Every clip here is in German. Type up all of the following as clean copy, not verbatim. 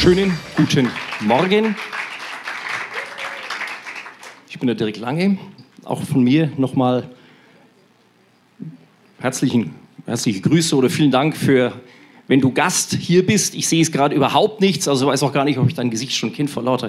Schönen guten Morgen. Ich bin der Dirk Lange. Auch von mir nochmal herzliche Grüße oder vielen Dank für, wenn du Gast hier bist. Ich sehe es gerade überhaupt nichts, also weiß auch gar nicht, ob ich dein Gesicht schon kenne vor lauter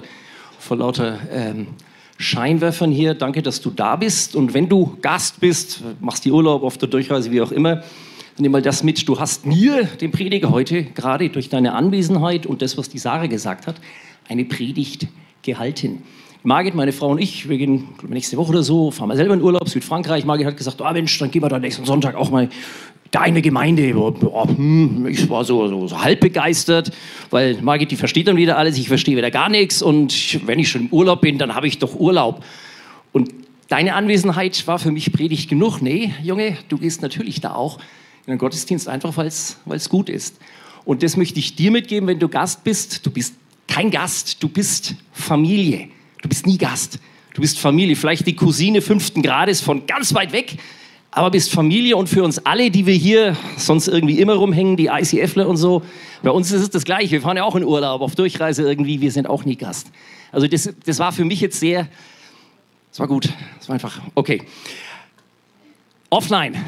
Scheinwerfern hier. Danke, dass du da bist. Und wenn du Gast bist, machst die Urlaub auf der Durchreise, wie auch immer, dann nimm mal das mit. Du hast mir, dem Prediger heute, gerade durch deine Anwesenheit und das, was die Sarah gesagt hat, eine Predigt gehalten. Margit, meine Frau und ich, wir gehen nächste Woche oder so, fahren wir selber in Urlaub, Südfrankreich. Margit hat gesagt, Mensch, dann gehen wir da nächsten Sonntag auch mal deine Gemeinde. Ich war so halb begeistert, weil Margit, die versteht dann wieder alles, ich verstehe wieder gar nichts. Und wenn ich schon im Urlaub bin, dann habe ich doch Urlaub. Und deine Anwesenheit war für mich Predigt genug. Nee, Junge, du gehst natürlich da auch in den Gottesdienst, einfach weil es gut ist. Und das möchte ich dir mitgeben, wenn du Gast bist. Du bist kein Gast, du bist Familie. Du bist nie Gast, du bist Familie. Vielleicht die Cousine 5. Grades von ganz weit weg, aber bist Familie. Und für uns alle, die wir hier sonst irgendwie immer rumhängen, die ICFler und so, bei uns ist es das Gleiche. Wir fahren ja auch in Urlaub, auf Durchreise irgendwie, wir sind auch nie Gast. Also das war für mich jetzt das war gut, das war einfach, okay. Offline.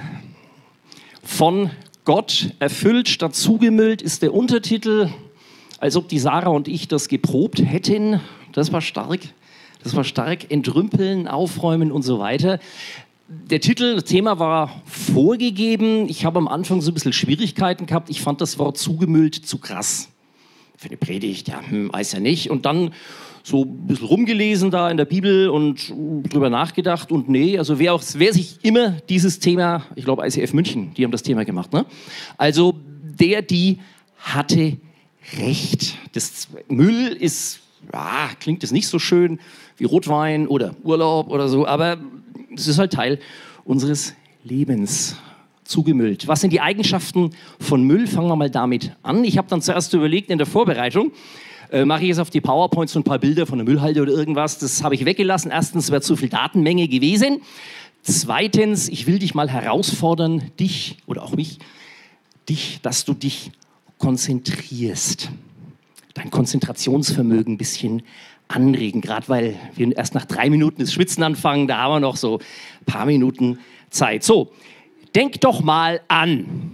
Von Gott erfüllt statt zugemüllt ist der Untertitel, als ob die Sarah und ich das geprobt hätten. Das war stark. Das war stark. Entrümpeln, aufräumen und so weiter. Der Titel, das Thema war vorgegeben. Ich habe am Anfang so ein bisschen Schwierigkeiten gehabt. Ich fand das Wort zugemüllt zu krass. Für eine Predigt, ja, weiß ja nicht. Und dann so ein bisschen rumgelesen da in der Bibel und drüber nachgedacht. Und nee, also wer sich immer dieses Thema, ich glaube ICF München, die haben das Thema gemacht, ne? Also die hatte recht. Das Müll ist, ja, klingt es nicht so schön wie Rotwein oder Urlaub oder so, aber es ist halt Teil unseres Lebens. Zugemüllt. Was sind die Eigenschaften von Müll? Fangen wir mal damit an. Ich habe dann zuerst überlegt in der Vorbereitung, mache ich jetzt auf die PowerPoint so ein paar Bilder von der Müllhalde oder irgendwas. Das habe ich weggelassen. Erstens wäre zu viel Datenmenge gewesen. Zweitens, ich will dich mal herausfordern, dich oder auch mich, dass du dich konzentrierst. Dein Konzentrationsvermögen ein bisschen anregen, gerade weil wir erst nach 3 Minuten das Schwitzen anfangen, da haben wir noch so ein paar Minuten Zeit. So, denk doch mal an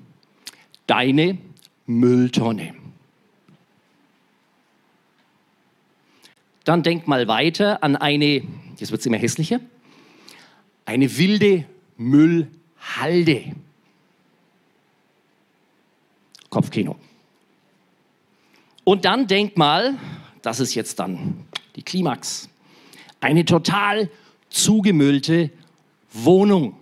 deine Mülltonne. Dann denk mal weiter an jetzt wird es immer hässlicher, eine wilde Müllhalde. Kopfkino. Und dann denk mal, das ist jetzt dann die Klimax, eine total zugemüllte Wohnung.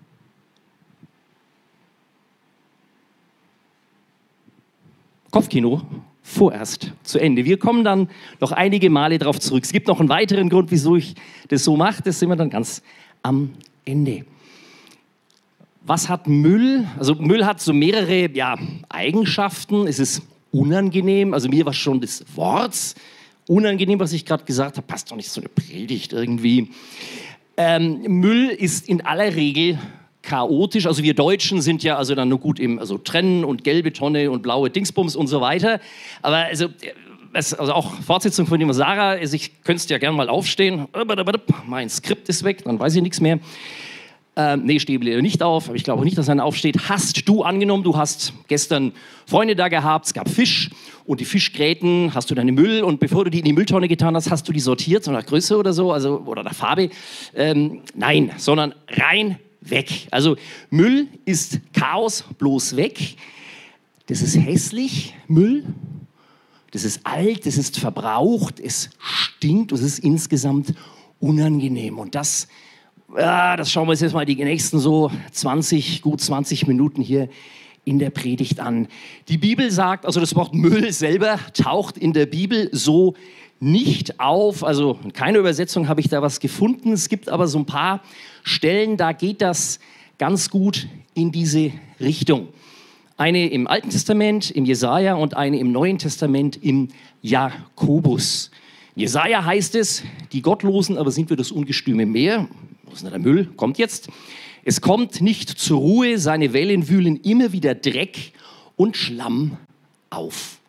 Kopfkino vorerst zu Ende. Wir kommen dann noch einige Male darauf zurück. Es gibt noch einen weiteren Grund, wieso ich das so mache. Das sind wir dann ganz am Ende. Was hat Müll? Also Müll hat so mehrere Eigenschaften. Es ist unangenehm. Also mir war schon des Worts unangenehm, was ich gerade gesagt habe. Passt doch nicht so eine Predigt irgendwie. Müll ist in aller Regel chaotisch. Also wir Deutschen sind ja also dann nur gut im Trennen und gelbe Tonne und blaue Dingsbums und so weiter. Aber also auch Fortsetzung von dem Sarah, ich könnte ja gerne mal aufstehen. Mein Skript ist weg, dann weiß ich nichts mehr. Nee, stehe nicht auf, aber ich glaube nicht, dass einer aufsteht. Hast du angenommen, du hast gestern Freunde da gehabt, es gab Fisch und die Fischgräten, hast du deine Müll und bevor du die in die Mülltonne getan hast, hast du die sortiert, so nach Größe oder so, oder nach Farbe. Nein, sondern rein weg. Also Müll ist Chaos, bloß weg. Das ist hässlich, Müll. Das ist alt, das ist verbraucht, es stinkt, es ist insgesamt unangenehm. Und das schauen wir uns jetzt mal die nächsten gut 20 Minuten hier in der Predigt an. Die Bibel sagt, also das Wort Müll selber taucht in der Bibel so nicht auf. Also in keiner Übersetzung habe ich da was gefunden. Es gibt aber so ein paar Stellen, da geht das ganz gut in diese Richtung. Eine im Alten Testament, im Jesaja und eine im Neuen Testament, im Jakobus. In Jesaja heißt es, die Gottlosen aber sind wir das ungestüme Meer. Wo ist denn der Müll? Kommt jetzt. Es kommt nicht zur Ruhe, seine Wellen wühlen immer wieder Dreck und Schlamm auf.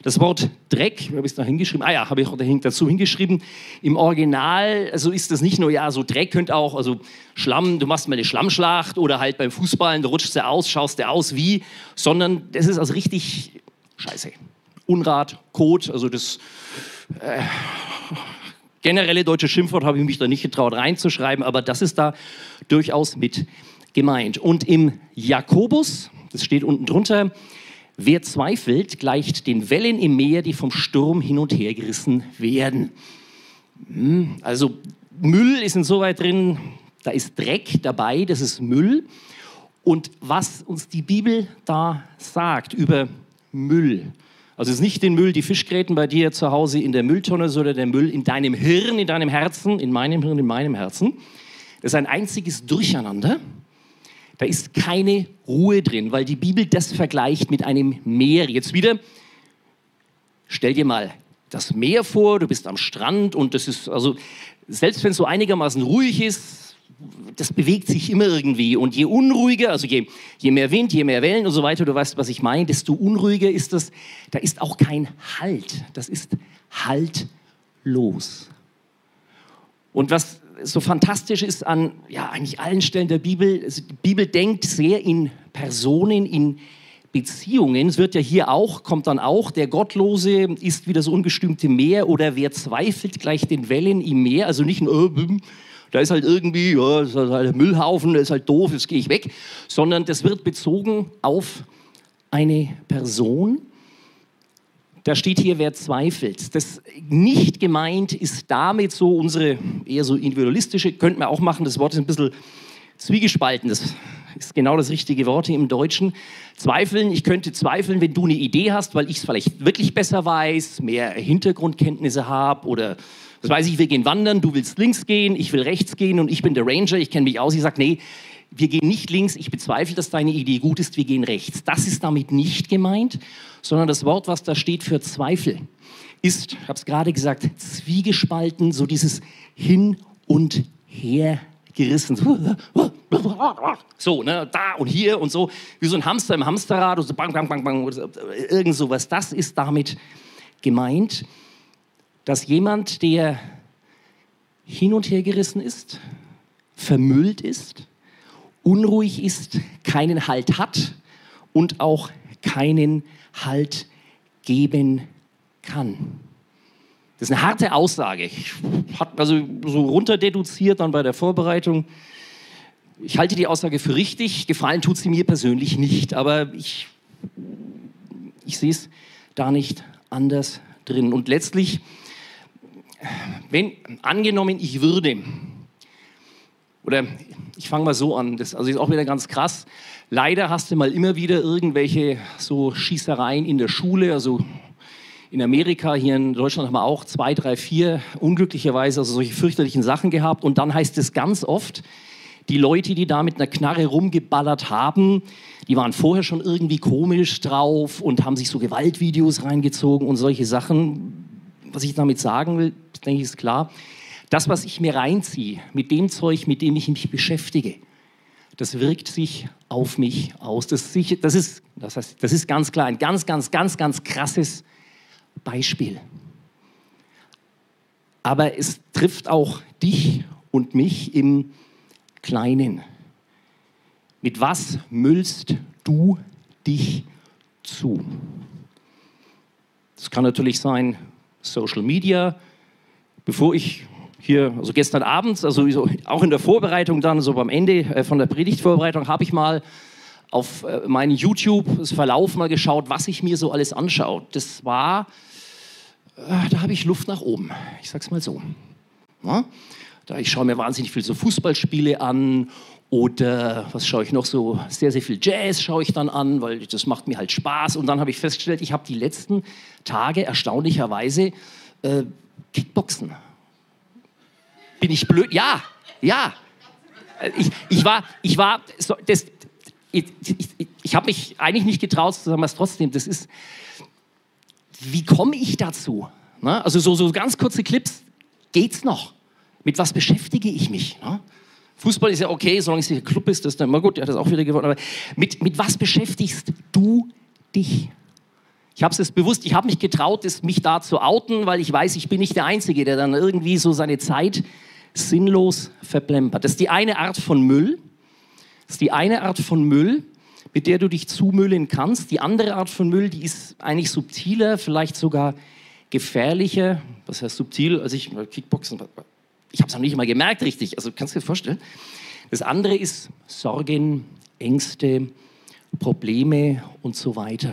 Das Wort Dreck, habe ich es da hingeschrieben? Ah ja, habe ich auch dazu hingeschrieben. Im Original, also ist das nicht nur, ja, so Dreck könnte auch, also Schlamm, du machst mal eine Schlammschlacht oder halt beim Fußballen, du rutschst du aus, schaust du aus wie, sondern das ist also richtig Scheiße. Unrat, Kot, also das generelle deutsche Schimpfwort habe ich mich da nicht getraut reinzuschreiben, aber das ist da durchaus mit gemeint. Und im Jakobus, das steht unten drunter, wer zweifelt, gleicht den Wellen im Meer, die vom Sturm hin und her gerissen werden. Also Müll ist insoweit drin, da ist Dreck dabei, das ist Müll. Und was uns die Bibel da sagt über Müll, also es ist nicht den Müll, die Fischgräten bei dir zu Hause in der Mülltonne, sondern der Müll in deinem Hirn, in deinem Herzen, in meinem Hirn, in meinem Herzen. Das ist ein einziges Durcheinander. Da ist keine Ruhe drin, weil die Bibel das vergleicht mit einem Meer. Jetzt wieder, stell dir mal das Meer vor, du bist am Strand und das ist, also selbst wenn es so einigermaßen ruhig ist, das bewegt sich immer irgendwie. Und je unruhiger, also je mehr Wind, je mehr Wellen und so weiter, du weißt, was ich meine, desto unruhiger ist das. Da ist auch kein Halt, das ist haltlos. Und was so fantastisch ist an ja, eigentlich allen Stellen der Bibel, also die Bibel denkt sehr in Personen, in Beziehungen. Es wird ja hier auch, kommt dann auch, der Gottlose ist wie das ungestümte Meer oder wer zweifelt gleich den Wellen im Meer, also nicht ein da ist halt irgendwie, ja, das ist halt ein Müllhaufen, der ist halt doof, jetzt gehe ich weg, sondern das wird bezogen auf eine Person. Da steht hier, wer zweifelt. Das nicht gemeint ist damit so unsere eher so individualistische, könnte man auch machen, das Wort ist ein bisschen zwiegespalten, das ist genau das richtige Wort hier im Deutschen. Zweifeln, ich könnte zweifeln, wenn du eine Idee hast, weil ich es vielleicht wirklich besser weiß, mehr Hintergrundkenntnisse habe oder, was weiß ich, wir gehen wandern, du willst links gehen, ich will rechts gehen und ich bin der Ranger, ich kenne mich aus, ich sage, nee, wir gehen nicht links, ich bezweifle, dass deine Idee gut ist, wir gehen rechts. Das ist damit nicht gemeint, sondern das Wort, was da steht für Zweifel, ist, ich habe es gerade gesagt, zwiegespalten, so dieses Hin und Her gerissen. So, ne, da und hier und so, wie so ein Hamster im Hamsterrad und so bang, bang, bang, bang, oder irgend sowas. Das ist damit gemeint, dass jemand, der hin und her gerissen ist, vermüllt ist, unruhig ist, keinen Halt hat und auch keinen Halt geben kann. Das ist eine harte Aussage. Ich habe also so runterdeduziert dann bei der Vorbereitung. Ich halte die Aussage für richtig. Gefallen tut sie mir persönlich nicht, aber ich sehe es da nicht anders drin. Und letztlich, wenn angenommen ich würde, oder ich fange mal so an, das also ist auch wieder ganz krass. Leider hast du mal immer wieder irgendwelche so Schießereien in der Schule, also in Amerika, hier in Deutschland haben wir auch 2, 3, 4 unglücklicherweise also solche fürchterlichen Sachen gehabt. Und dann heißt es ganz oft, die Leute, die da mit einer Knarre rumgeballert haben, die waren vorher schon irgendwie komisch drauf und haben sich so Gewaltvideos reingezogen und solche Sachen. Was ich damit sagen will, denke ich, ist klar. Das, was ich mir reinziehe, mit dem Zeug, mit dem ich mich beschäftige, das wirkt sich auf mich aus. Das ist ganz klar ein ganz krasses Beispiel. Aber es trifft auch dich und mich im Kleinen. Mit was müllst du dich zu? Das kann natürlich sein Social Media. Bevor ich hier, also gestern Abend, also auch in der Vorbereitung dann, so beim Ende von der Predigtvorbereitung, habe ich mal auf meinen YouTube-Verlauf mal geschaut, was ich mir so alles anschaue. Das war, da habe ich Luft nach oben, ich sag's mal so. Ja? Ich schaue mir wahnsinnig viel so Fußballspiele an oder was schaue ich noch so, sehr viel Jazz schaue ich dann an, weil das macht mir halt Spaß. Und dann habe ich festgestellt, ich habe die letzten Tage erstaunlicherweise Kickboxen. Bin ich blöd? Ja. Ich habe mich eigentlich nicht getraut zu sagen, was trotzdem, das ist, wie komme ich dazu? Ne? Also so ganz kurze Clips, geht's noch? Mit was beschäftige ich mich? Ne? Fußball ist ja okay, solange es der Club ist, das ist dann immer gut, der hat das auch wieder gewonnen, aber mit was beschäftigst du dich? Ich habe es bewusst, ich habe mich getraut, mich da zu outen, weil ich weiß, ich bin nicht der Einzige, der dann irgendwie so seine Zeit sinnlos verplempert. Das ist die eine Art von Müll. Das ist die eine Art von Müll, mit der du dich zumüllen kannst. Die andere Art von Müll, die ist eigentlich subtiler, vielleicht sogar gefährlicher. Was heißt subtil? Also ich Kickboxen, ich habe es noch nicht mal gemerkt richtig. Also kannst du dir vorstellen? Das andere ist Sorgen, Ängste, Probleme und so weiter.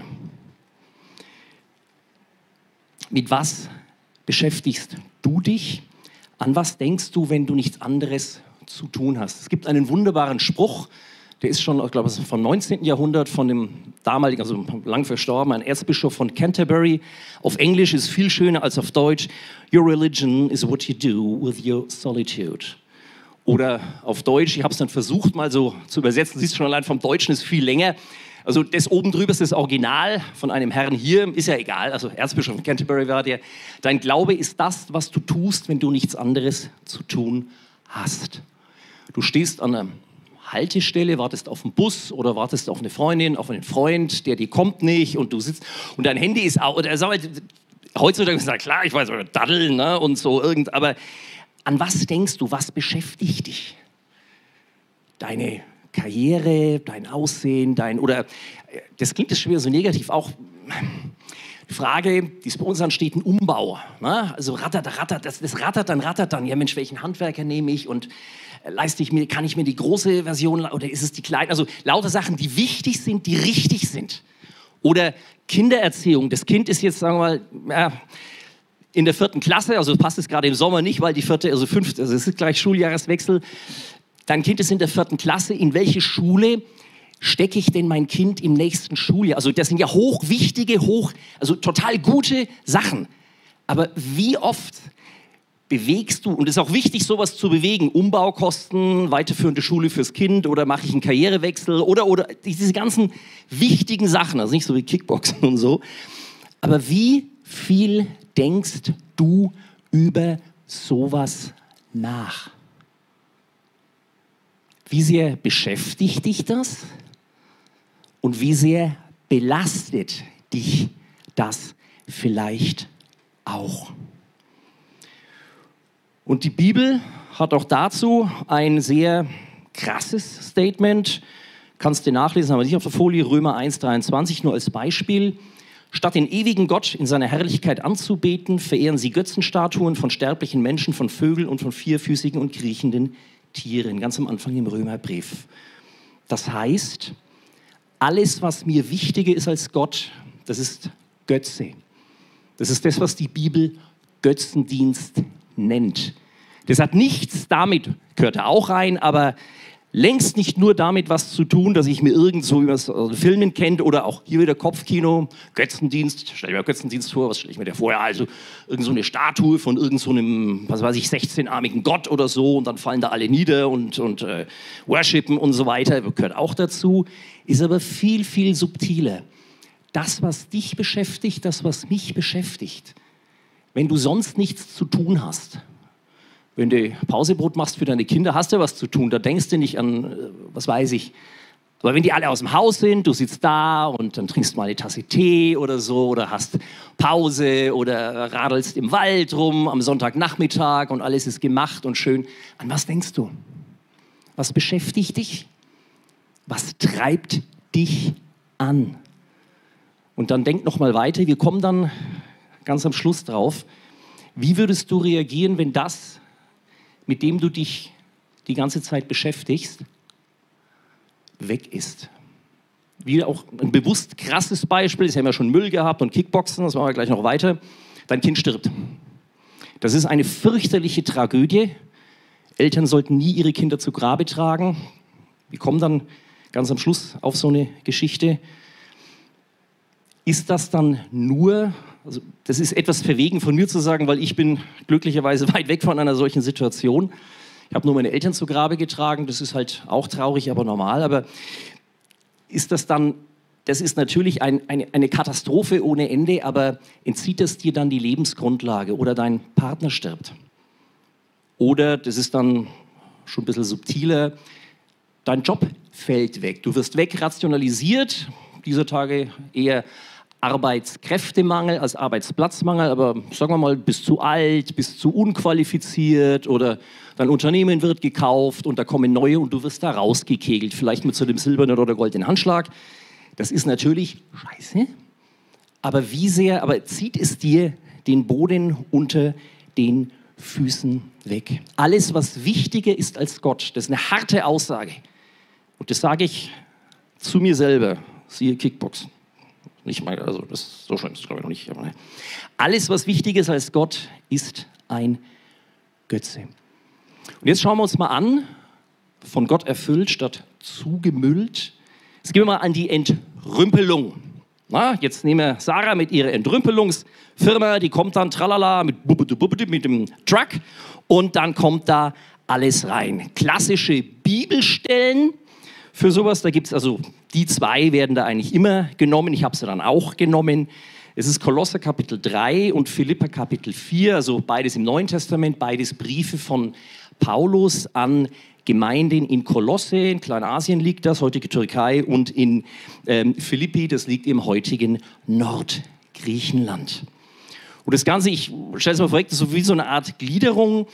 Mit was beschäftigst du dich? An was denkst du, wenn du nichts anderes zu tun hast? Es gibt einen wunderbaren Spruch, der ist schon, ich glaube, vom 19. Jahrhundert, von dem damaligen, also lang verstorbenen Erzbischof von Canterbury. Auf Englisch ist viel schöner als auf Deutsch. Your religion is what you do with your solitude. Oder auf Deutsch, ich habe es dann versucht mal so zu übersetzen, siehst du schon, allein vom Deutschen ist viel länger. Also das oben drüber ist das Original von einem Herrn hier, ist ja egal, also Erzbischof von Canterbury war der. Dein Glaube ist das, was du tust, wenn du nichts anderes zu tun hast. Du stehst an einer Haltestelle, wartest auf einen Bus oder wartest auf eine Freundin, auf einen Freund, der kommt nicht und du sitzt und dein Handy ist auch, oder sag mal, heutzutage ist ja klar, ich weiß, daddeln, ne, und so aber an was denkst du, was beschäftigt dich? Deine Karriere, dein Aussehen, oder das klingt jetzt schon wieder so negativ, auch die Frage, die es bei uns ansteht, ein Umbau. Ne? Also das rattert dann. Ja Mensch, welchen Handwerker nehme ich und kann ich mir die große Version oder ist es die kleine? Also lauter Sachen, die wichtig sind, die richtig sind. Oder Kindererziehung. Das Kind ist jetzt, sagen wir mal, in der 4. Klasse, also passt es gerade im Sommer nicht, weil die 4., also 5., also es ist gleich Schuljahreswechsel. Dein Kind ist in der 4. Klasse. In welche Schule stecke ich denn mein Kind im nächsten Schuljahr? Also das sind ja hochwichtige, also total gute Sachen. Aber wie oft bewegst du, und es ist auch wichtig, sowas zu bewegen, Umbaukosten, weiterführende Schule fürs Kind oder mache ich einen Karrierewechsel oder diese ganzen wichtigen Sachen, also nicht so wie Kickboxen und so. Aber wie viel denkst du über sowas nach? Wie sehr beschäftigt dich das und wie sehr belastet dich das vielleicht auch? Und die Bibel hat auch dazu ein sehr krasses Statement. Kannst du nachlesen, haben wir nicht auf der Folie, Römer 1,23 nur als Beispiel. Statt den ewigen Gott in seiner Herrlichkeit anzubeten, verehren sie Götzenstatuen von sterblichen Menschen, von Vögeln und von vierfüßigen und kriechenden Tieren, ganz am Anfang im Römerbrief. Das heißt, alles, was mir wichtiger ist als Gott, das ist Götze. Das ist das, was die Bibel Götzendienst nennt. Das hat nichts damit, gehört da auch rein, aber längst nicht nur damit was zu tun, dass ich mir irgend so über Filmen kennt oder auch hier wieder Kopfkino, Götzendienst, stell dir mal Götzendienst vor, was stelle ich mir da vor? Ja, also irgend so eine Statue von irgend so einem, was weiß ich, 16-armigen Gott oder so und dann fallen da alle nieder und worshipen und so weiter, gehört auch dazu, ist aber viel, viel subtiler. Das, was dich beschäftigt, das, was mich beschäftigt, wenn du sonst nichts zu tun hast, wenn du Pausebrot machst für deine Kinder, hast du was zu tun. Da denkst du nicht an, was weiß ich. Aber wenn die alle aus dem Haus sind, du sitzt da und dann trinkst mal eine Tasse Tee oder so oder hast Pause oder radelst im Wald rum am Sonntagnachmittag und alles ist gemacht und schön. An was denkst du? Was beschäftigt dich? Was treibt dich an? Und dann denk noch mal weiter. Wir kommen dann ganz am Schluss drauf. Wie würdest du reagieren, wenn das, mit dem du dich die ganze Zeit beschäftigst, weg ist? Wieder auch ein bewusst krasses Beispiel, das haben wir schon Müll gehabt und Kickboxen, das machen wir gleich noch weiter. Dein Kind stirbt. Das ist eine fürchterliche Tragödie. Eltern sollten nie ihre Kinder zu Grabe tragen. Wir kommen dann ganz am Schluss auf so eine Geschichte. Ist das dann nur, also das ist etwas verwegen von mir zu sagen, weil ich bin glücklicherweise weit weg von einer solchen Situation. Ich habe nur meine Eltern zu Grabe getragen, das ist halt auch traurig, aber normal. Aber ist das dann, das ist natürlich eine Katastrophe ohne Ende, aber entzieht das dir dann die Lebensgrundlage oder dein Partner stirbt? Oder, das ist dann schon ein bisschen subtiler, dein Job fällt weg. Du wirst wegrationalisiert, dieser Tage eher Arbeitskräftemangel, als Arbeitsplatzmangel, aber sagen wir mal, bist zu alt, bist zu unqualifiziert oder dein Unternehmen wird gekauft und da kommen neue und du wirst da rausgekegelt, vielleicht mit so einem silbernen oder goldenen Handschlag. Das ist natürlich scheiße, aber aber zieht es dir den Boden unter den Füßen weg. Alles, was wichtiger ist als Gott, das ist eine harte Aussage. Und das sage ich zu mir selber, siehe Kickboxen. Nicht mal, also das ist so schlimm, das glaube ich noch nicht. Aber ne. Alles, was wichtiger ist als Gott, ist ein Götze. Und jetzt schauen wir uns mal an, von Gott erfüllt statt zugemüllt. Jetzt gehen wir mal an die Entrümpelung. Na, jetzt nehmen wir Sarah mit ihrer Entrümpelungsfirma, die kommt dann tralala mit dem Truck und dann kommt da alles rein. Klassische Bibelstellen für sowas, da gibt es also, die zwei werden da eigentlich immer genommen, ich habe sie dann auch genommen. Es ist Kolosser Kapitel 3 und Philipper Kapitel 4, also beides im Neuen Testament, beides Briefe von Paulus an Gemeinden in Kolosse, in Kleinasien liegt das, heutige Türkei, und in Philippi, das liegt im heutigen Nordgriechenland. Und das Ganze, ich stelle es mal vor, das ist so wie so eine Art Gliederung.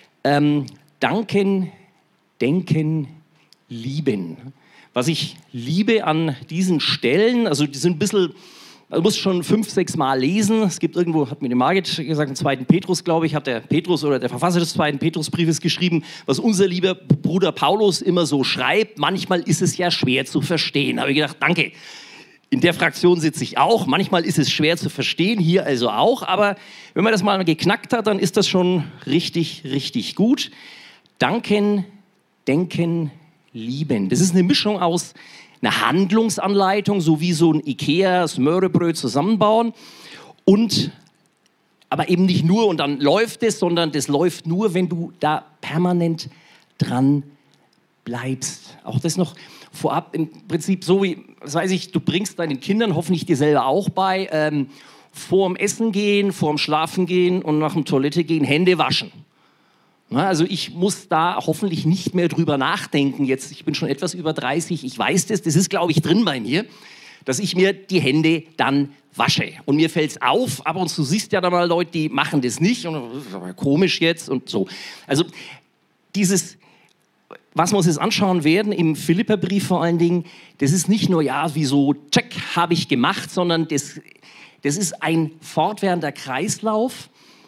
Danken, denken, lieben. Was ich liebe an diesen Stellen, also die sind ein bisschen, man muss schon 5, 6 Mal lesen. Es gibt irgendwo, hat mir die Margit gesagt, im 2. Petrus, glaube ich, hat der Petrus oder der Verfasser des 2. Petrusbriefes geschrieben, was unser lieber Bruder Paulus immer so schreibt. Manchmal ist es ja schwer zu verstehen. Da habe ich gedacht, danke. In der Fraktion sitze ich auch. Manchmal ist es schwer zu verstehen, hier also auch. Aber wenn man das mal geknackt hat, dann ist das schon richtig, richtig gut. Danken, denken, lieben. Das ist eine Mischung aus einer Handlungsanleitung, so wie so ein Ikea-Smørrebrød zusammenbauen. Und, aber eben nicht nur und dann läuft es, sondern das läuft nur, wenn du da permanent dran bleibst. Auch das noch vorab im Prinzip so wie, das weiß ich, du bringst deinen Kindern, hoffentlich dir selber auch bei, vorm Essen gehen, vorm Schlafen gehen und nach dem Toilette gehen, Hände waschen. Also ich muss da hoffentlich nicht mehr drüber nachdenken jetzt. Ich bin schon etwas über 30, ich weiß das ist glaube ich drin bei mir, dass ich mir die Hände dann wasche. Und mir fällt es auf, aber du siehst ja da mal Leute, die machen das nicht und das ist aber komisch jetzt und so. Also dieses, was wir uns jetzt anschauen werden im Philipperbrief vor allen Dingen, das ist nicht nur ja wie so, check, habe ich gemacht, sondern das ist ein fortwährender Kreislauf,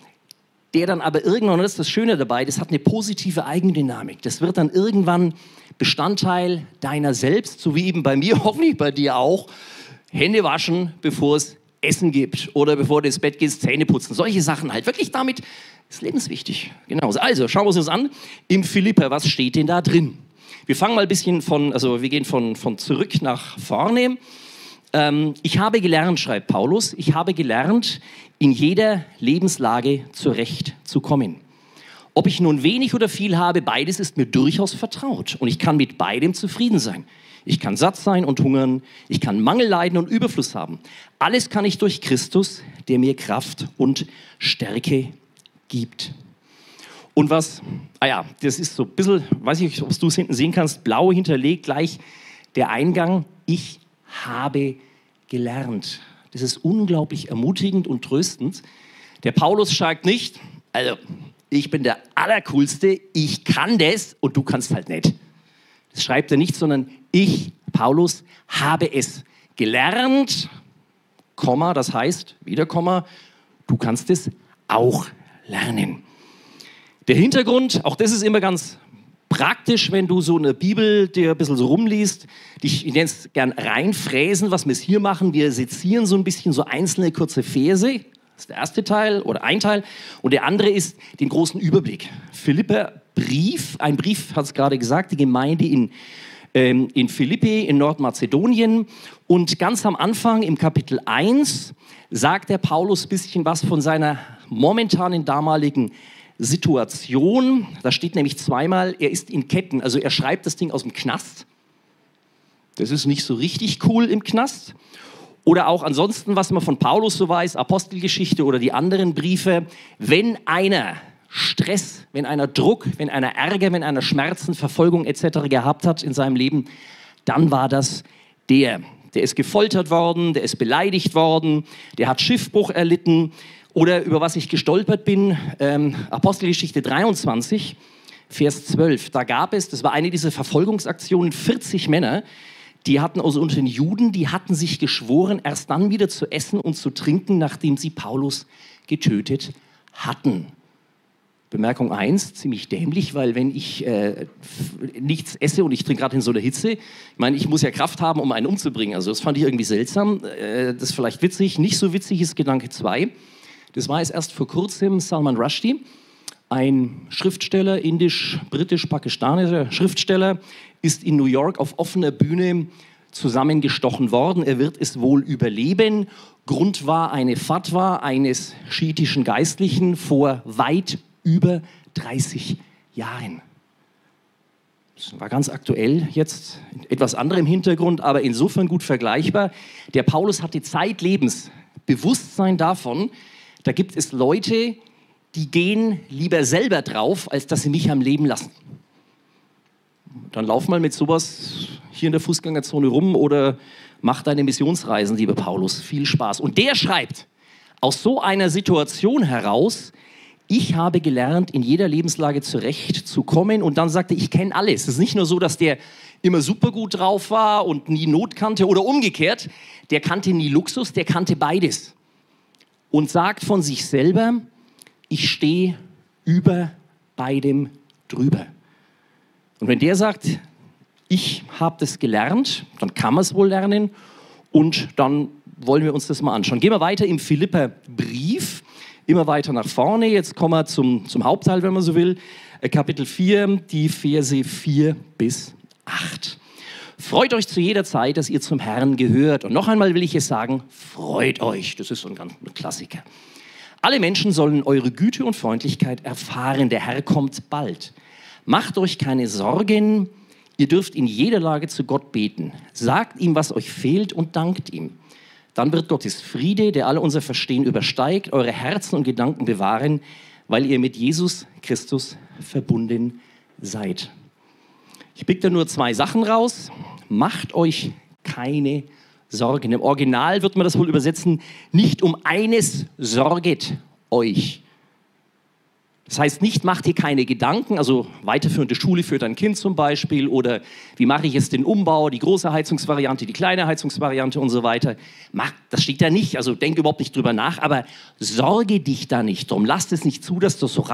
der dann aber irgendwann, und das ist das Schöne dabei, das hat eine positive Eigendynamik. Das wird dann irgendwann Bestandteil deiner selbst, so wie eben bei mir, hoffentlich bei dir auch. Hände waschen, bevor es Essen gibt oder bevor du ins Bett gehst, Zähne putzen. Solche Sachen halt. Wirklich damit ist lebenswichtig. Genau. Also schauen wir uns das an. Im Philipper, was steht denn da drin? Wir fangen mal ein bisschen wir gehen von zurück nach vorne. Ich habe gelernt, schreibt Paulus, ich habe gelernt, in jeder Lebenslage zurechtzukommen. Ob ich nun wenig oder viel habe, beides ist mir durchaus vertraut und ich kann mit beidem zufrieden sein. Ich kann satt sein und hungern, ich kann Mangel leiden und Überfluss haben. Alles kann ich durch Christus, der mir Kraft und Stärke gibt. Und das ist so ein bisschen, weiß ich nicht, ob du es hinten sehen kannst, blau hinterlegt, gleich der Eingang, ich habe gelernt. Das ist unglaublich ermutigend und tröstend. Der Paulus schreibt nicht, also ich bin der Allercoolste, ich kann das und du kannst halt nicht. Das schreibt er nicht, sondern ich, Paulus, habe es gelernt, Komma, das heißt, wieder Komma, du kannst es auch lernen. Der Hintergrund, auch das ist immer ganz praktisch, wenn du so eine Bibel dir ein bisschen so rumliest, ich nenne es gern reinfräsen, was wir es hier machen, wir sezieren so ein bisschen so einzelne kurze Verse, das ist der erste Teil oder ein Teil, und der andere ist den großen Überblick. Philipperbrief, ein Brief, hat es gerade gesagt, die Gemeinde in Philippi in Nordmazedonien, und ganz am Anfang im Kapitel 1 sagt der Paulus ein bisschen was von seiner momentanen damaligen Situation. Da steht nämlich zweimal, er ist in Ketten, also er schreibt das Ding aus dem Knast. Das ist nicht so richtig cool im Knast. Oder auch ansonsten, was man von Paulus so weiß, Apostelgeschichte oder die anderen Briefe, wenn einer Stress, wenn einer Druck, wenn einer Ärger, wenn einer Schmerzen, Verfolgung etc. gehabt hat in seinem Leben, dann war das der der ist gefoltert worden, der ist beleidigt worden, der hat Schiffbruch erlitten. Oder über was ich gestolpert bin, Apostelgeschichte 23, Vers 12. Da gab es, das war eine dieser Verfolgungsaktionen, 40 Männer, die hatten also unter den Juden, die hatten sich geschworen, erst dann wieder zu essen und zu trinken, nachdem sie Paulus getötet hatten. Bemerkung 1, ziemlich dämlich, weil wenn ich nichts esse und ich trinke gerade in so einer Hitze, ich meine, ich muss ja Kraft haben, um einen umzubringen. Also das fand ich irgendwie seltsam. Das ist vielleicht witzig. Nicht so witzig ist Gedanke 2. Das war jetzt erst vor kurzem Salman Rushdie, ein Schriftsteller, indisch-britisch-pakistanischer Schriftsteller, ist in New York auf offener Bühne zusammengestochen worden. Er wird es wohl überleben. Grund war eine Fatwa eines schiitischen Geistlichen vor weit über 30 Jahren. Das war ganz aktuell, jetzt etwas anderem Hintergrund, aber insofern gut vergleichbar. Der Paulus hatte zeitlebens Bewusstsein davon, da gibt es Leute, die gehen lieber selber drauf, als dass sie mich am Leben lassen. Dann lauf mal mit sowas hier in der Fußgängerzone rum oder mach deine Missionsreisen, lieber Paulus. Viel Spaß. Und der schreibt aus so einer Situation heraus, ich habe gelernt, in jeder Lebenslage zurechtzukommen. Und dann sagte ich kenne alles. Es ist nicht nur so, dass der immer super gut drauf war und nie Not kannte oder umgekehrt. Der kannte nie Luxus, der kannte beides. Und sagt von sich selber, ich stehe über beidem drüber. Und wenn der sagt, ich habe das gelernt, dann kann man es wohl lernen und dann wollen wir uns das mal anschauen. Gehen wir weiter im Philipperbrief, immer weiter nach vorne. Jetzt kommen wir zum Hauptteil, wenn man so will. Kapitel 4, die Verse 4 bis 8. Freut euch zu jeder Zeit, dass ihr zum Herrn gehört. Und noch einmal will ich es sagen, freut euch. Das ist so ein ganz Klassiker. Alle Menschen sollen eure Güte und Freundlichkeit erfahren. Der Herr kommt bald. Macht euch keine Sorgen. Ihr dürft in jeder Lage zu Gott beten. Sagt ihm, was euch fehlt und dankt ihm. Dann wird Gottes Friede, der alle unser Verstehen übersteigt, eure Herzen und Gedanken bewahren, weil ihr mit Jesus Christus verbunden seid. Ich pick da nur 2 Sachen raus. Macht euch keine Sorgen. Im Original wird man das wohl übersetzen, nicht um eines sorget euch. Das heißt nicht, macht dir keine Gedanken, also weiterführende Schule für dein Kind zum Beispiel oder wie mache ich jetzt den Umbau, die große Heizungsvariante, die kleine Heizungsvariante und so weiter. Das steht da nicht, also denk überhaupt nicht drüber nach, aber sorge dich da nicht drum. Lass es nicht zu, dass du so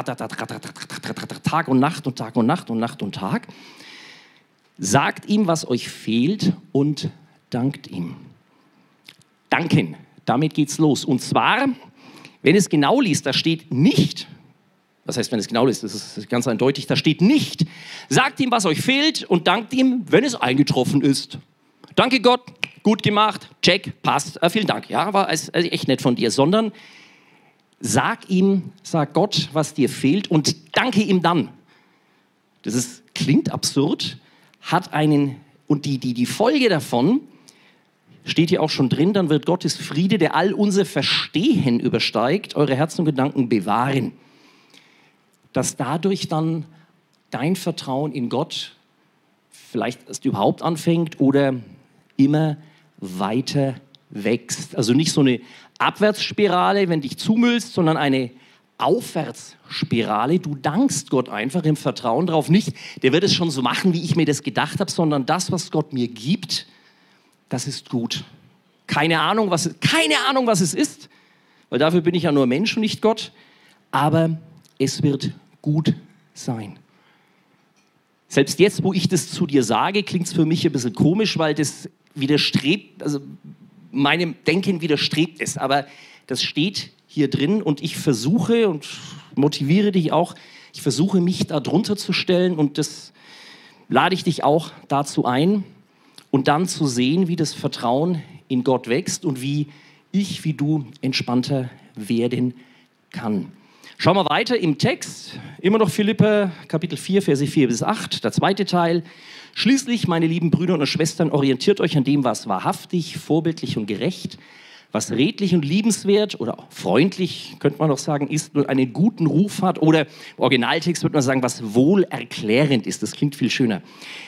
Tag und Nacht und Tag und Nacht und Nacht und Tag. Sagt ihm, was euch fehlt und dankt ihm. Danken, damit geht's los. Und zwar, wenn es genau liest, da steht nicht, das heißt, wenn es genau ist, das ist ganz eindeutig, da steht nicht, sagt ihm, was euch fehlt und dankt ihm, wenn es eingetroffen ist. Danke Gott, gut gemacht, check, passt, vielen Dank, ja, war echt nett von dir, sondern sag Gott, was dir fehlt und danke ihm dann. Klingt absurd, hat einen, und die Folge davon steht hier auch schon drin, dann wird Gottes Friede, der all unser Verstehen übersteigt, eure Herzen und Gedanken bewahren. Dass dadurch dann dein Vertrauen in Gott vielleicht erst überhaupt anfängt oder immer weiter wächst. Also nicht so eine Abwärtsspirale, wenn dich zumüllst, sondern eine Aufwärtsspirale. Du dankst Gott einfach im Vertrauen darauf. Nicht, der wird es schon so machen, wie ich mir das gedacht habe, sondern das, was Gott mir gibt, das ist gut. Keine Ahnung, was es ist, weil dafür bin ich ja nur Mensch und nicht Gott. Aber es wird gut sein. Selbst jetzt, wo ich das zu dir sage, klingt es für mich ein bisschen komisch, weil das widerstrebt, also meinem Denken widerstrebt es. Aber das steht hier drin und ich versuche und motiviere dich auch, ich versuche mich da drunter zu stellen und das lade ich dich auch dazu ein und dann zu sehen, wie das Vertrauen in Gott wächst und wie du entspannter werden kann. Schauen wir weiter im Text, immer noch Philipper, Kapitel 4, Verse 4 bis 8, der zweite Teil. Schließlich, meine lieben Brüder und Schwestern, orientiert euch an dem, was wahrhaftig, vorbildlich und gerecht, was redlich und liebenswert oder auch freundlich, könnte man noch sagen, ist und einen guten Ruf hat. Oder im Originaltext würde man sagen, was wohlerklärend ist. Das klingt viel schöner.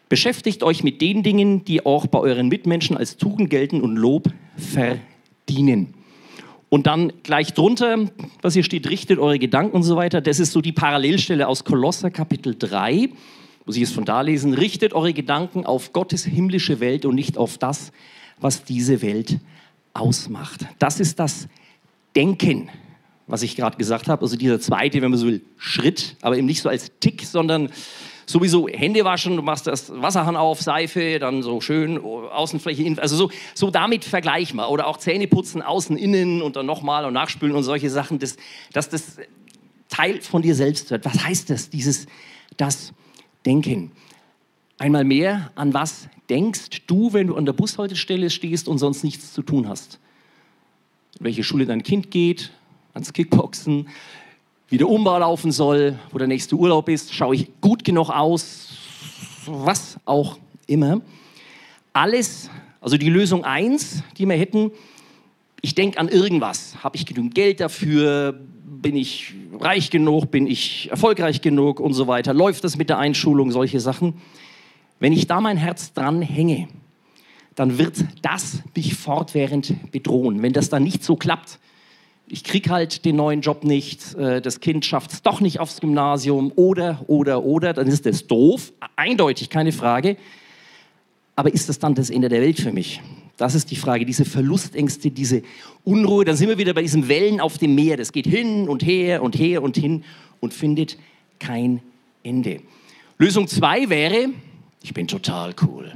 Beschäftigt euch mit den Dingen, die auch bei euren Mitmenschen als Tugend gelten und Lob verdienen. Und dann gleich drunter, was hier steht, richtet eure Gedanken und so weiter. Das ist so die Parallelstelle aus Kolosser Kapitel 3. Muss ich es von da lesen? Richtet eure Gedanken auf Gottes himmlische Welt und nicht auf das, was diese Welt ausmacht. Das ist das Denken, was ich gerade gesagt habe. Also dieser zweite, wenn man so will, Schritt, aber eben nicht so als Tick, sondern sowieso Hände waschen, du machst das Wasserhahn auf, Seife, dann so schön Außenfläche, also so damit vergleichbar. Oder auch Zähne putzen, außen, innen und dann nochmal und nachspülen und solche Sachen, dass das Teil von dir selbst wird. Was heißt das, das Denken? Einmal mehr, an was denkst du, wenn du an der Bushaltestelle stehst und sonst nichts zu tun hast? In welche Schule dein Kind geht, ans Kickboxen, wie der Umbau laufen soll, wo der nächste Urlaub ist, schaue ich gut genug aus, was auch immer. Alles, also die Lösung 1, die wir hätten, ich denke an irgendwas. Habe ich genügend Geld dafür? Bin ich reich genug? Bin ich erfolgreich genug? Und so weiter. Läuft das mit der Einschulung? Solche Sachen. Wenn ich da mein Herz dran hänge, dann wird das mich fortwährend bedrohen. Wenn das dann nicht so klappt, ich kriege halt den neuen Job nicht, das Kind schafft es doch nicht aufs Gymnasium oder, dann ist das doof, eindeutig, keine Frage. Aber ist das dann das Ende der Welt für mich? Das ist die Frage, diese Verlustängste, diese Unruhe, dann sind wir wieder bei diesen Wellen auf dem Meer. Das geht hin und her und her und hin und findet kein Ende. Lösung 2 wäre, ich bin total cool.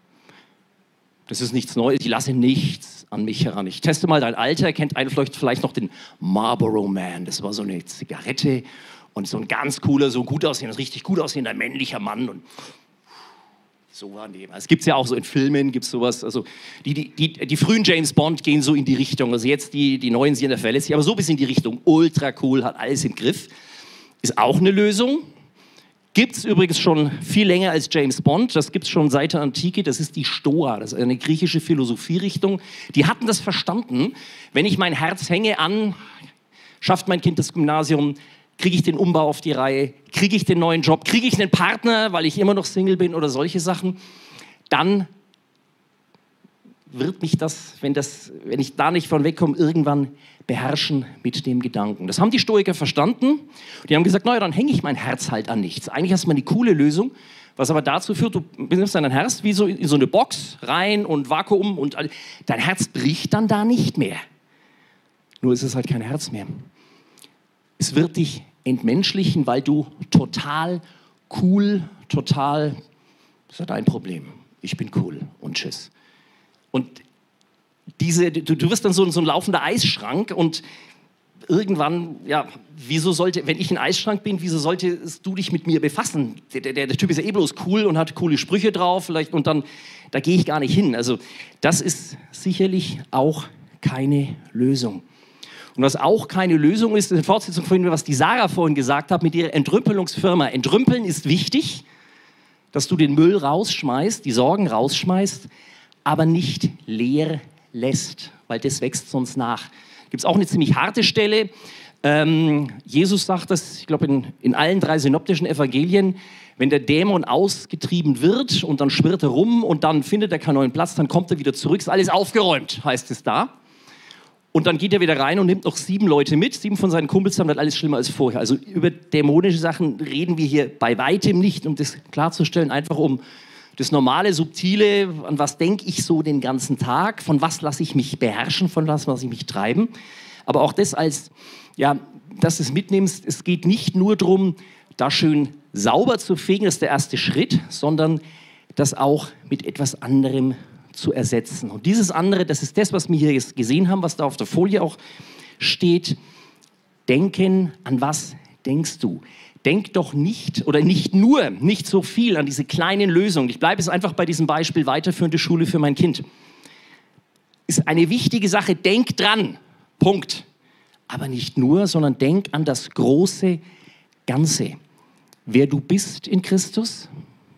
Das ist nichts Neues, ich lasse nichts an mich heran. Ich teste mal dein Alter, kennt einer vielleicht noch den Marlboro Man. Das war so eine Zigarette und so ein ganz cooler, so gut aussehender, richtig gut aussehender männlicher Mann. Und so waren die. Es gibt es ja auch so in Filmen, gibt es sowas. Also die frühen James Bond gehen so in die Richtung. Also jetzt die neuen sind ja verlässlich, aber so bis in die Richtung. Ultra cool, hat alles im Griff. Ist auch eine Lösung. Gibt es übrigens schon viel länger als James Bond. Das gibt es schon seit der Antike. Das ist die Stoa. Das ist eine griechische Philosophierichtung. Die hatten das verstanden. Wenn ich mein Herz hänge an, schafft mein Kind das Gymnasium, kriege ich den Umbau auf die Reihe, kriege ich den neuen Job, kriege ich einen Partner, weil ich immer noch Single bin oder solche Sachen, dann wird mich das, wenn ich da nicht von wegkomme, irgendwann beherrschen mit dem Gedanken. Das haben die Stoiker verstanden. Die haben gesagt, naja, dann hänge ich mein Herz halt an nichts. Eigentlich hast du mal eine coole Lösung, was aber dazu führt, du nimmst dein Herz wie so in so eine Box rein und Vakuum und dein Herz bricht dann da nicht mehr. Nur ist es halt kein Herz mehr. Es wird dich entmenschlichen, weil du total cool, das ist ja dein Problem. Ich bin cool und tschüss. Und du wirst dann so ein laufender Eisschrank und irgendwann, ja, wenn ich ein Eisschrank bin, wieso solltest du dich mit mir befassen? Der Typ ist ja eh bloß cool und hat coole Sprüche drauf vielleicht und dann, da gehe ich gar nicht hin. Also das ist sicherlich auch keine Lösung. Und was auch keine Lösung ist, in Fortsetzung von dem, was die Sarah vorhin gesagt hat, mit ihrer Entrümpelungsfirma. Entrümpeln ist wichtig, dass du den Müll rausschmeißt, die Sorgen rausschmeißt, aber nicht leer lässt, weil das wächst sonst nach. Gibt es auch eine ziemlich harte Stelle. Jesus sagt das, ich glaube, in allen 3 synoptischen Evangelien, wenn der Dämon ausgetrieben wird und dann schwirrt er rum und dann findet er keinen neuen Platz, dann kommt er wieder zurück, ist alles aufgeräumt, heißt es da. Und dann geht er wieder rein und nimmt noch 7 Leute mit. 7 von seinen Kumpels haben das alles schlimmer als vorher. Also über dämonische Sachen reden wir hier bei weitem nicht, um das klarzustellen, einfach um das normale, subtile, an was denke ich so den ganzen Tag, von was lasse ich mich beherrschen, von was lasse ich mich treiben. Aber auch das als, ja, dass du es mitnimmst, es geht nicht nur darum, da schön sauber zu fegen, das ist der erste Schritt, sondern das auch mit etwas anderem zu ersetzen. Und dieses andere, das ist das, was wir hier jetzt gesehen haben, was da auf der Folie auch steht. Denken, an was denkst du? Denk doch nicht oder nicht so viel an diese kleinen Lösungen. Ich bleibe jetzt einfach bei diesem Beispiel weiterführende Schule für mein Kind. Ist eine wichtige Sache, denk dran, Punkt. Aber nicht nur, sondern denk an das große Ganze. Wer du bist in Christus,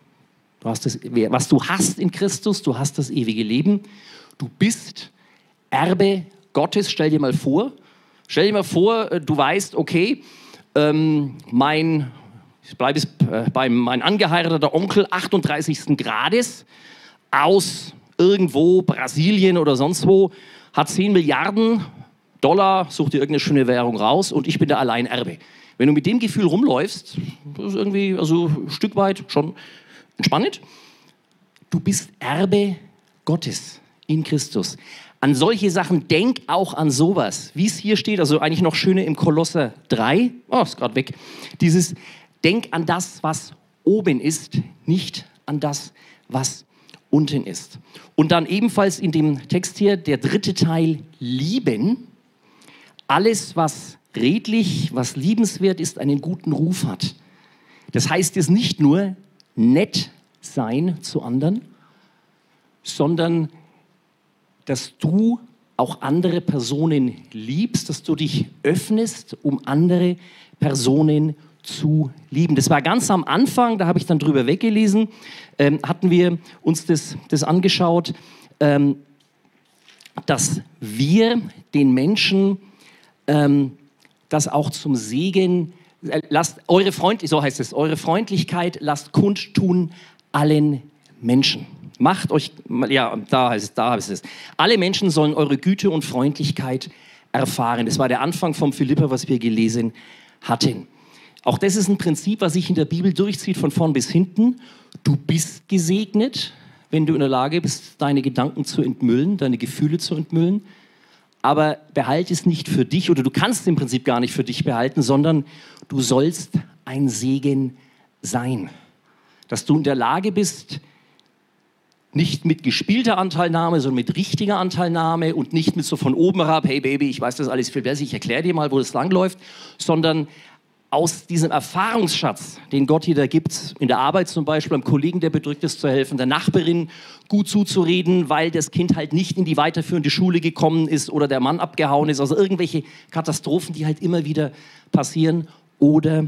was du hast in Christus, du hast das ewige Leben. Du bist Erbe Gottes. Stell dir mal vor, du weißt, okay, ich bleibe mein angeheirateten Onkel 38. Grades aus irgendwo Brasilien oder sonst wo, hat 10 Milliarden Dollar, such dir irgendeine schöne Währung raus und ich bin der Alleinerbe. Wenn du mit dem Gefühl rumläufst, das ist irgendwie also ein Stück weit schon entspannend. Du bist Erbe Gottes in Christus. An solche Sachen, denk auch an sowas, wie es hier steht, also eigentlich noch schöner im Kolosser 3, ist gerade weg, dieses denk an das, was oben ist, nicht an das, was unten ist. Und dann ebenfalls in dem Text hier, der dritte Teil, lieben, alles, was redlich, was liebenswert ist, einen guten Ruf hat. Das heißt jetzt nicht nur nett sein zu anderen, sondern dass du auch andere Personen liebst, dass du dich öffnest, um andere Personen zu lieben. Das war ganz am Anfang, da habe ich dann drüber weggelesen, hatten wir uns das angeschaut, dass wir den Menschen das auch zum Segen, so heißt es, eure Freundlichkeit lasst kundtun allen Menschen. Macht euch, ja, da heißt es. Alle Menschen sollen eure Güte und Freundlichkeit erfahren. Das war der Anfang vom Philipper, was wir gelesen hatten. Auch das ist ein Prinzip, was sich in der Bibel durchzieht, von vorn bis hinten. Du bist gesegnet, wenn du in der Lage bist, deine Gedanken zu entmüllen, deine Gefühle zu entmüllen. Aber behalte es nicht für dich, oder du kannst es im Prinzip gar nicht für dich behalten, sondern du sollst ein Segen sein. Dass du in der Lage bist, nicht mit gespielter Anteilnahme, sondern mit richtiger Anteilnahme und nicht mit so von oben herab, hey Baby, ich weiß das alles viel besser, ich erkläre dir mal, wo das langläuft, sondern aus diesem Erfahrungsschatz, den Gott dir da gibt, in der Arbeit zum Beispiel, einem Kollegen, der bedrückt ist, zu helfen, der Nachbarin gut zuzureden, weil das Kind halt nicht in die weiterführende Schule gekommen ist oder der Mann abgehauen ist, also irgendwelche Katastrophen, die halt immer wieder passieren, oder.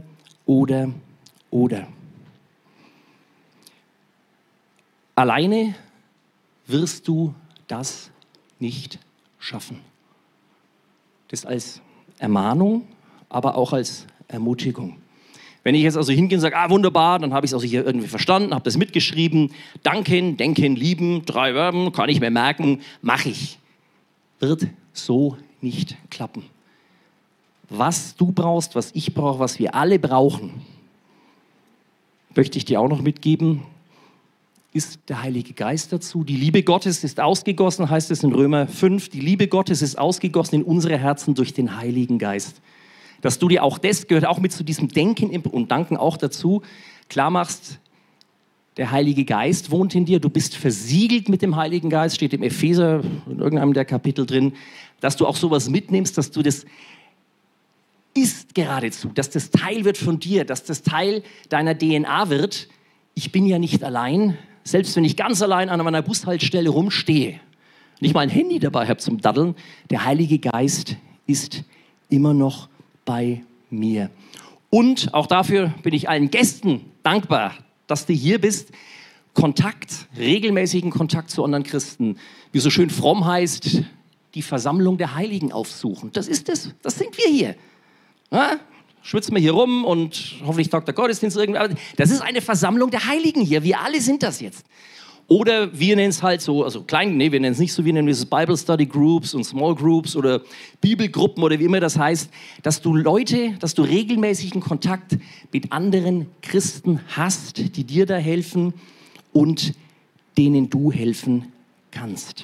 Alleine wirst du das nicht schaffen. Das als Ermahnung, aber auch als Ermutigung. Wenn ich jetzt also hingehe und sage, wunderbar, dann habe ich es also hier irgendwie verstanden, habe das mitgeschrieben, danken, denken, lieben, 3 Verben, kann ich mir merken, mache ich. Wird so nicht klappen. Was du brauchst, was ich brauche, was wir alle brauchen, möchte ich dir auch noch mitgeben, ist der Heilige Geist dazu. Die Liebe Gottes ist ausgegossen, heißt es in Römer 5. Die Liebe Gottes ist ausgegossen in unsere Herzen durch den Heiligen Geist. Dass du dir auch das, gehört auch mit zu diesem Denken und Danken auch dazu, klar machst, der Heilige Geist wohnt in dir, du bist versiegelt mit dem Heiligen Geist, steht im Epheser in irgendeinem der Kapitel drin, dass du auch sowas mitnimmst, dass du das ist geradezu, dass das Teil wird von dir, dass das Teil deiner DNA wird. Ich bin ja nicht allein, selbst wenn ich ganz allein an meiner Bushaltestelle rumstehe, nicht mal ein Handy dabei habe zum Daddeln, der Heilige Geist ist immer noch bei mir. Und auch dafür bin ich allen Gästen dankbar, dass du hier bist. Regelmäßigen Kontakt zu anderen Christen, wie so schön fromm heißt, die Versammlung der Heiligen aufsuchen. Das ist es, das sind wir hier. Ja? Schwitzen wir hier rum und hoffentlich taugt der Gottesdienst irgendwie. Aber das ist eine Versammlung der Heiligen hier. Wir alle sind das jetzt. Oder wir nennen es halt so, also wir nennen es nicht so, wir nennen es Bible Study Groups und Small Groups oder Bibelgruppen oder wie immer das heißt, dass du regelmäßigen Kontakt mit anderen Christen hast, die dir da helfen und denen du helfen kannst.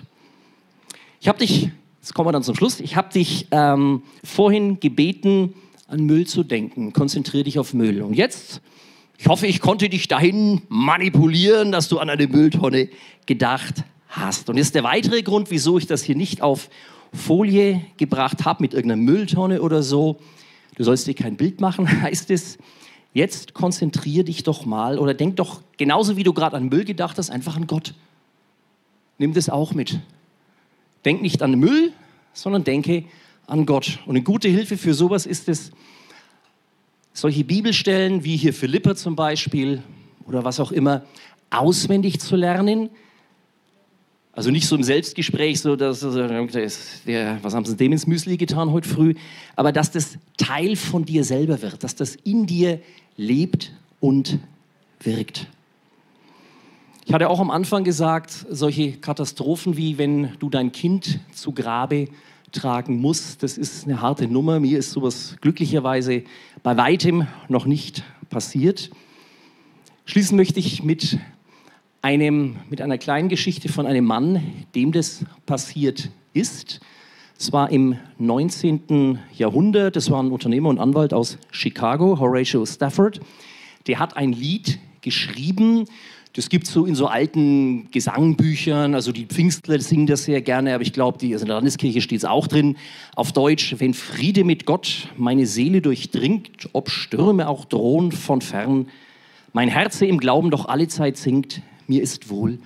Jetzt kommen wir dann zum Schluss, ich habe dich vorhin gebeten, an Müll zu denken. Konzentriere dich auf Müll. Und jetzt, ich hoffe, ich konnte dich dahin manipulieren, dass du an eine Mülltonne gedacht hast. Und jetzt der weitere Grund, wieso ich das hier nicht auf Folie gebracht habe, mit irgendeiner Mülltonne oder so. Du sollst dir kein Bild machen, heißt es. Jetzt konzentriere dich doch mal oder denk doch, genauso wie du gerade an Müll gedacht hast, einfach an Gott. Nimm das auch mit. Denk nicht an Müll, sondern denke an Gott. Und eine gute Hilfe für sowas ist es, solche Bibelstellen wie hier Philipper zum Beispiel oder was auch immer, auswendig zu lernen. Also nicht so im Selbstgespräch, so was haben sie dem ins Müsli getan heute früh, aber dass das Teil von dir selber wird, dass das in dir lebt und wirkt. Ich hatte auch am Anfang gesagt, solche Katastrophen wie wenn du dein Kind zu Grabe tragen musst, das ist eine harte Nummer. Mir ist sowas glücklicherweise bei weitem noch nicht passiert. Schließen möchte ich mit einer kleinen Geschichte von einem Mann, dem das passiert ist. Es war im 19. Jahrhundert, das war ein Unternehmer und Anwalt aus Chicago, Horatio Stafford. Der hat ein Lied geschrieben, das gibt es so in so alten Gesangbüchern, also die Pfingstler singen das sehr gerne, aber ich glaube, in der Landeskirche steht es auch drin, auf Deutsch: Wenn Friede mit Gott meine Seele durchdringt, ob Stürme auch drohen von fern, mein Herze im Glauben doch allezeit singt, mir ist wohl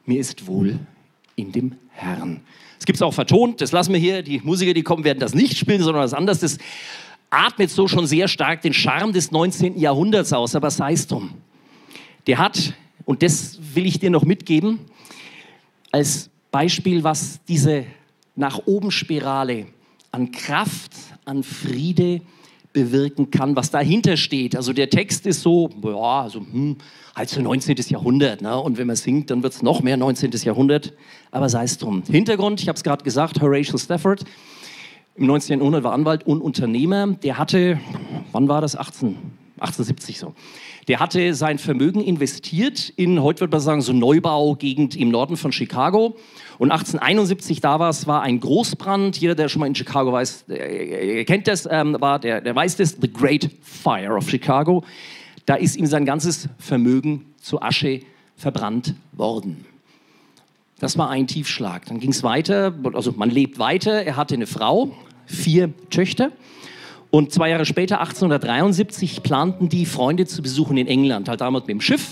in dem Herrn. Es gibt es auch vertont, das lassen wir hier, die Musiker, die kommen, werden das nicht spielen, sondern was anderes. Das atmet so schon sehr stark den Charme des 19. Jahrhunderts aus, aber sei es drum. Der hat, und das will ich dir noch mitgeben, als Beispiel, was diese nach oben Spirale an Kraft, an Friede bewirken kann, was dahinter steht. Also der Text ist so, ja, also, halt so 19. Jahrhundert. Ne? Und wenn man singt, dann wird es noch mehr 19. Jahrhundert. Aber sei es drum. Hintergrund, ich habe es gerade gesagt, Horatio Stafford, im 19. Jahrhundert war Anwalt und Unternehmer. Der hatte, wann war das? 1870 so. Der hatte sein Vermögen investiert in, heute würde man sagen, so Neubaugegend im Norden von Chicago. Und 1871, da war ein Großbrand. Jeder, der schon mal in Chicago weiß, kennt das, der weiß das, The Great Fire of Chicago. Da ist ihm sein ganzes Vermögen zu Asche verbrannt worden. Das war ein Tiefschlag. Dann ging es weiter, also man lebt weiter. Er hatte eine Frau, 4 Töchter. Und 2 Jahre später, 1873, planten die, Freunde zu besuchen in England, halt damals mit dem Schiff.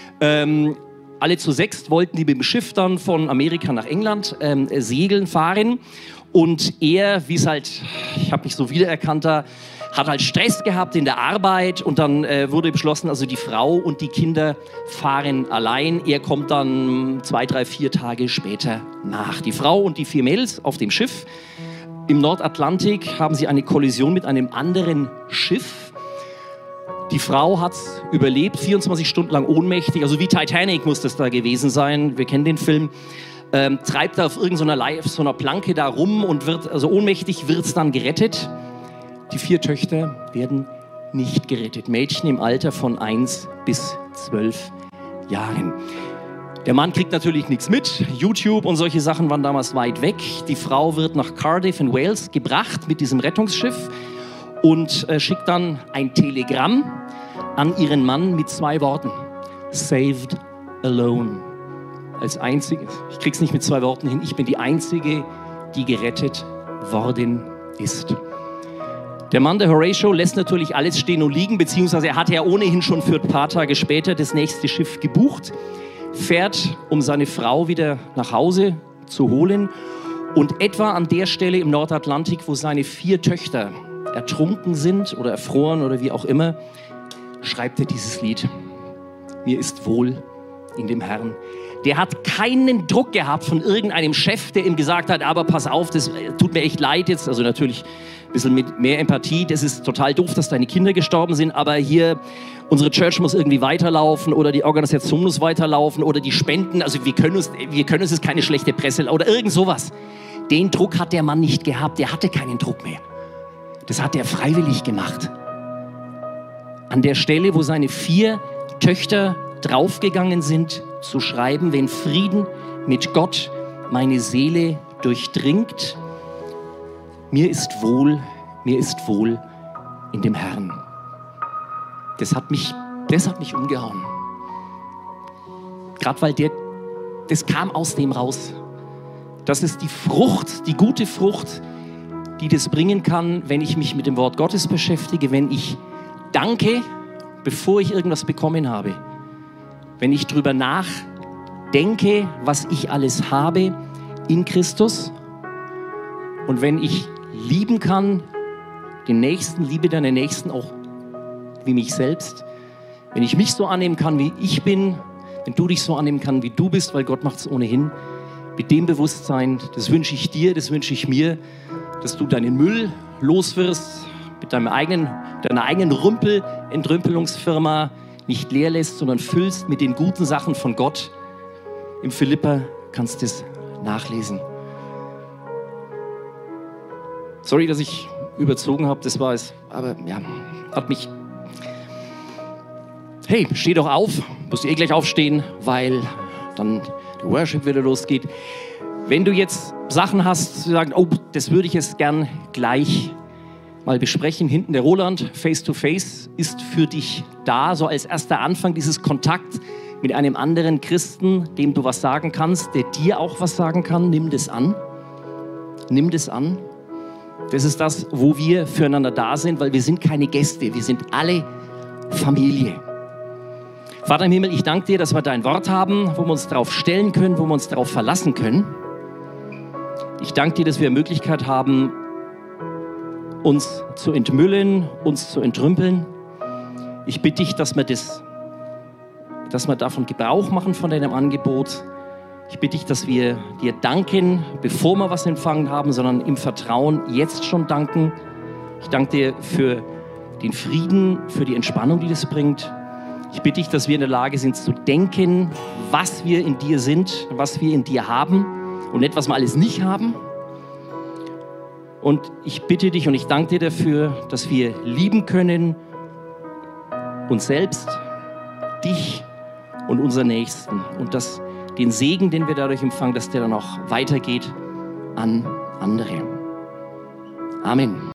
Alle zu 6 wollten die mit dem Schiff dann von Amerika nach England segeln, fahren. Und er, wie es halt, ich habe mich so wiedererkannt da, hat halt Stress gehabt in der Arbeit. Und dann wurde beschlossen, also die Frau und die Kinder fahren allein. Er kommt dann 2, 3, 4 Tage später nach. Die Frau und die 4 Mädels auf dem Schiff. Im Nordatlantik haben sie eine Kollision mit einem anderen Schiff. Die Frau hat es überlebt, 24 Stunden lang ohnmächtig, also wie Titanic muss das da gewesen sein, wir kennen den Film, treibt da auf irgendeiner Planke da rum und wird, also ohnmächtig wird es dann gerettet. Die 4 Töchter werden nicht gerettet, Mädchen im Alter von 1 bis 12 Jahren. Der Mann kriegt natürlich nichts mit. YouTube und solche Sachen waren damals weit weg. Die Frau wird nach Cardiff in Wales gebracht mit diesem Rettungsschiff und schickt dann ein Telegramm an ihren Mann mit 2 Worten. Saved alone. Als einzige, ich krieg's nicht mit 2 Worten hin, ich bin die Einzige, die gerettet worden ist. Der Mann, der Horatio, lässt natürlich alles stehen und liegen, beziehungsweise er hatte ja ohnehin schon für ein paar Tage später das nächste Schiff gebucht, fährt, um seine Frau wieder nach Hause zu holen. Und etwa an der Stelle im Nordatlantik, wo seine 4 Töchter ertrunken sind oder erfroren oder wie auch immer, schreibt er dieses Lied. Mir ist wohl in dem Herrn. Der hat keinen Druck gehabt von irgendeinem Chef, der ihm gesagt hat, aber pass auf, das tut mir echt leid jetzt. Also natürlich ein bisschen mit mehr Empathie. Das ist total doof, dass deine Kinder gestorben sind, aber hier, unsere Church muss irgendwie weiterlaufen oder die Organisation muss weiterlaufen oder die Spenden, also wir können uns jetzt keine schlechte Presse oder irgend sowas. Den Druck hat der Mann nicht gehabt, der hatte keinen Druck mehr. Das hat er freiwillig gemacht. An der Stelle, wo seine 4 Töchter draufgegangen sind, zu schreiben, wenn Frieden mit Gott meine Seele durchdringt, mir ist wohl in dem Herrn. Das hat mich umgehauen. Gerade weil das kam aus dem raus. Das ist die Frucht, die gute Frucht, die das bringen kann, wenn ich mich mit dem Wort Gottes beschäftige, wenn ich danke, bevor ich irgendwas bekommen habe. Wenn ich drüber nachdenke, was ich alles habe in Christus und wenn ich lieben kann, den Nächsten, liebe deinen Nächsten auch wie mich selbst, wenn ich mich so annehmen kann, wie ich bin, wenn du dich so annehmen kannst, wie du bist, weil Gott macht es ohnehin, mit dem Bewusstsein, das wünsche ich dir, das wünsche ich mir, dass du deinen Müll loswirst, mit deiner eigenen Entrümpelungsfirma, nicht leer lässt, sondern füllst mit den guten Sachen von Gott. Im Philipper kannst du es nachlesen. Sorry, dass ich überzogen habe, das war es, aber ja, hat mich... Hey, steh doch auf, musst gleich aufstehen, weil dann der Worship wieder losgeht. Wenn du jetzt Sachen hast, die sagen, oh, das würde ich jetzt gern gleich mal besprechen, hinten der Roland, face to face, ist für dich da, so als erster Anfang dieses Kontakt mit einem anderen Christen, dem du was sagen kannst, der dir auch was sagen kann, nimm das an. Nimm das an. Das ist das, wo wir füreinander da sind, weil wir sind keine Gäste, wir sind alle Familie. Vater im Himmel, ich danke dir, dass wir dein Wort haben, wo wir uns darauf stellen können, wo wir uns darauf verlassen können. Ich danke dir, dass wir die Möglichkeit haben, uns zu entmüllen, uns zu entrümpeln. Ich bitte dich, dass wir davon Gebrauch machen, von deinem Angebot. Ich bitte dich, dass wir dir danken, bevor wir was empfangen haben, sondern im Vertrauen jetzt schon danken. Ich danke dir für den Frieden, für die Entspannung, die das bringt. Ich bitte dich, dass wir in der Lage sind zu denken, was wir in dir sind, was wir in dir haben und nicht, was wir alles nicht haben. Und ich bitte dich und ich danke dir dafür, dass wir lieben können, uns selbst, dich und unseren Nächsten. Und dass den Segen, den wir dadurch empfangen, dass der dann auch weitergeht an andere. Amen.